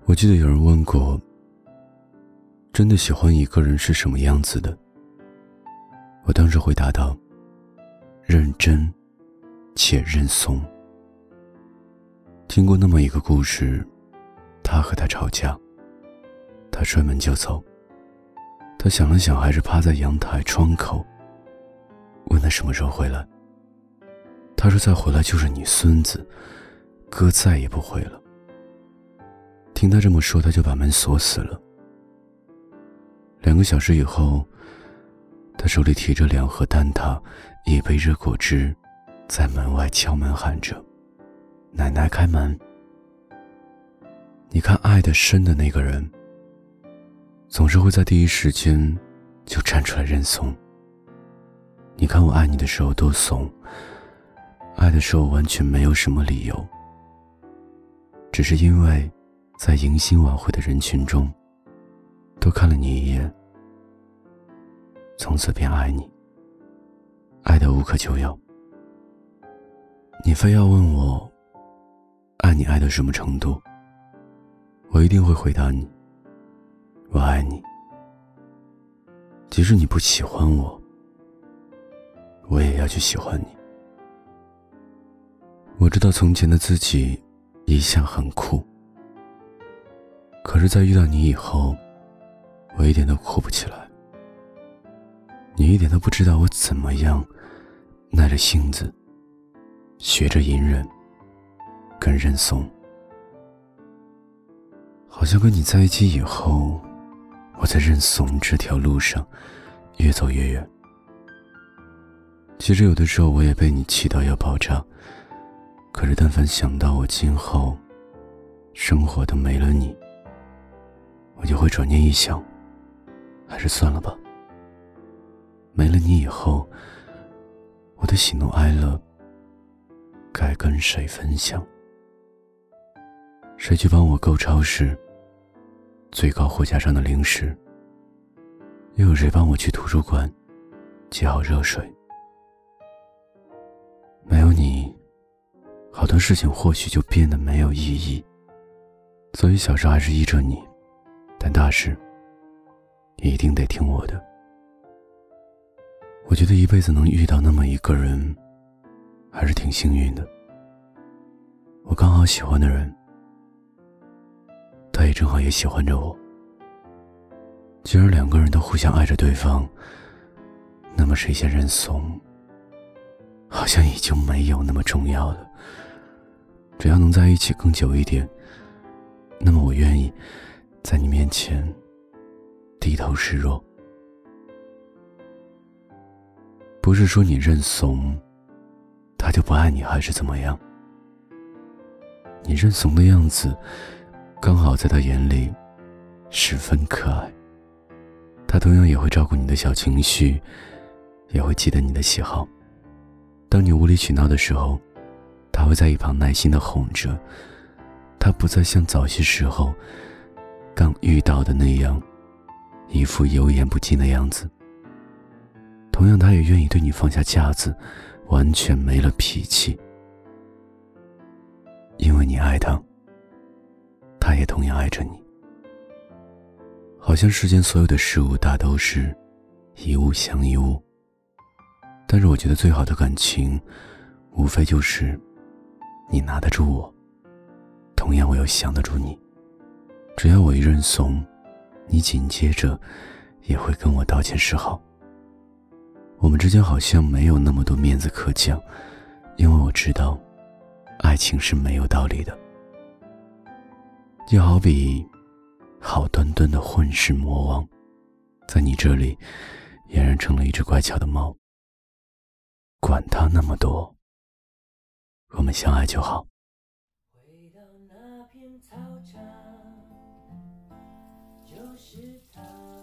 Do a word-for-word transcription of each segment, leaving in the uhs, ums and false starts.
我记得有人问过，真的喜欢一个人是什么样子的？我当时回答道，认真且认怂。听过那么一个故事，他和他吵架，他摔门就走。他想了想，还是趴在阳台窗口，问他什么时候回来。他说再回来就是你孙子，哥再也不回了。听他这么说，他就把门锁死了。两个小时以后，他手里提着两盒蛋挞，一杯热果汁，在门外敲门喊着，奶奶开门。你看，爱得深的那个人，总是会在第一时间就站出来认怂。你看我爱你的时候多怂，爱的时候完全没有什么理由，只是因为在迎新晚会的人群中多看了你一眼，从此便爱你，爱得无可救药。你非要问我爱你爱到什么程度，我一定会回答你，我爱你，即使你不喜欢我，我也要去喜欢你。我知道从前的自己一向很酷，可是在遇到你以后，我一点都酷不起来。你一点都不知道我怎么样耐着性子学着隐忍跟认怂。好像跟你在一起以后，我在认怂这条路上越走越远。其实有的时候我也被你气到要爆炸，可是但凡想到我今后生活都没了你，我就会转念一想，还是算了吧。没了你以后，我的喜怒哀乐该跟谁分享？谁去帮我购超市最高货架上的零食？又有谁帮我去图书馆接好热水？没有你，好多事情或许就变得没有意义。所以小时候还是依着你，但大事一定得听我的。我觉得一辈子能遇到那么一个人还是挺幸运的。我刚好喜欢的人，他也正好也喜欢着我。既然两个人都互相爱着对方，那么谁先认怂好像也就没有那么重要了。只要能在一起更久一点，那么我愿意在你面前低头示弱。不是说你认怂他就不爱你还是怎么样，你认怂的样子刚好在他眼里十分可爱。他同样也会照顾你的小情绪，也会记得你的喜好。当你无理取闹的时候，他会在一旁耐心地哄着。他不再像早些时候刚遇到的那样一副油盐不进的样子。同样他也愿意对你放下架子，完全没了脾气。因为你爱他，他也同样爱着你。好像世间所有的事物大都是一物降一物，但是我觉得最好的感情无非就是你拿得住我，同样我又降得住你。只要我一认怂，你紧接着也会跟我道歉示好。我们之间好像没有那么多面子可讲，因为我知道爱情是没有道理的。就好比好端端的混世魔王，在你这里俨然成了一只乖巧的猫。管他那么多，我们相爱就好。 回到那片操场，就是他，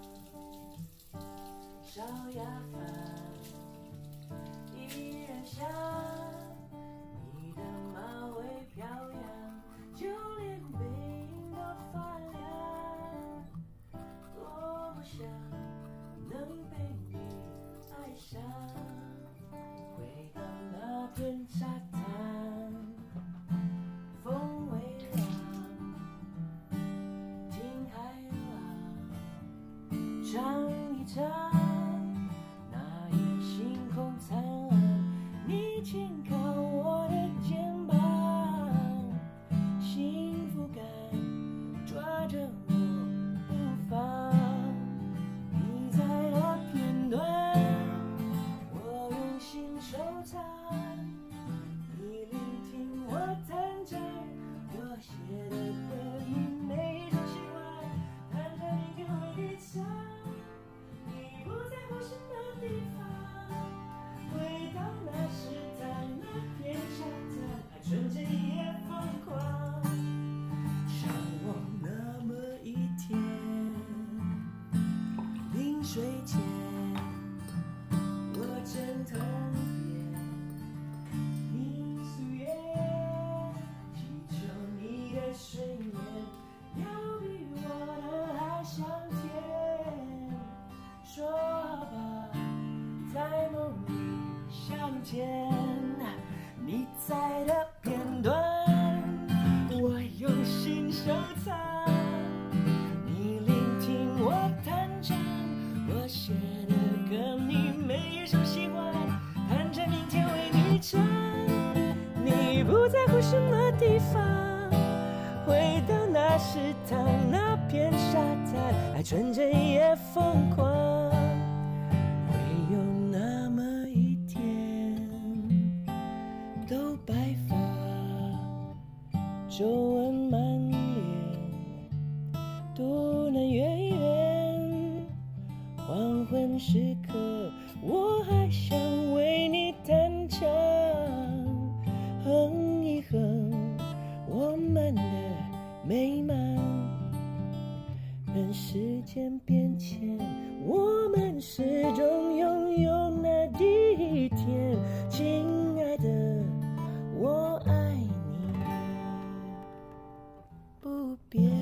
烧鸭饭依然香，你的马尾飘扬，就连背影都发亮，多么想能被你爱上。回到那片沙滩，风微凉， 他，那夜星空灿烂，你轻靠我的肩膀，幸福感抓着我不放。你在的片段，我用心收藏。你聆听我弹唱，我写的歌你每首喜欢，弹着明天为你唱。你不在乎什么地方，回到那时在那片沙滩，还纯真也疯狂。像我那么一天，临睡前，我枕头边，你素颜，祈求你的睡眠要比我的还香甜。说吧，在梦里相见，你在的片段，我用心收藏。你聆听我弹唱，我写的歌你每首喜欢，弹着明天为你唱。你不在乎什么地方，回到那时躺那片沙滩，爱纯真也疯狂。会有那么一天，都白发，皱纹满脸，独能远远。黄昏时刻，我还想为你弹唱，哼一哼我们的美满。任时间变迁，我们始终拥有那第一天。亲爱的，我爱你，不变。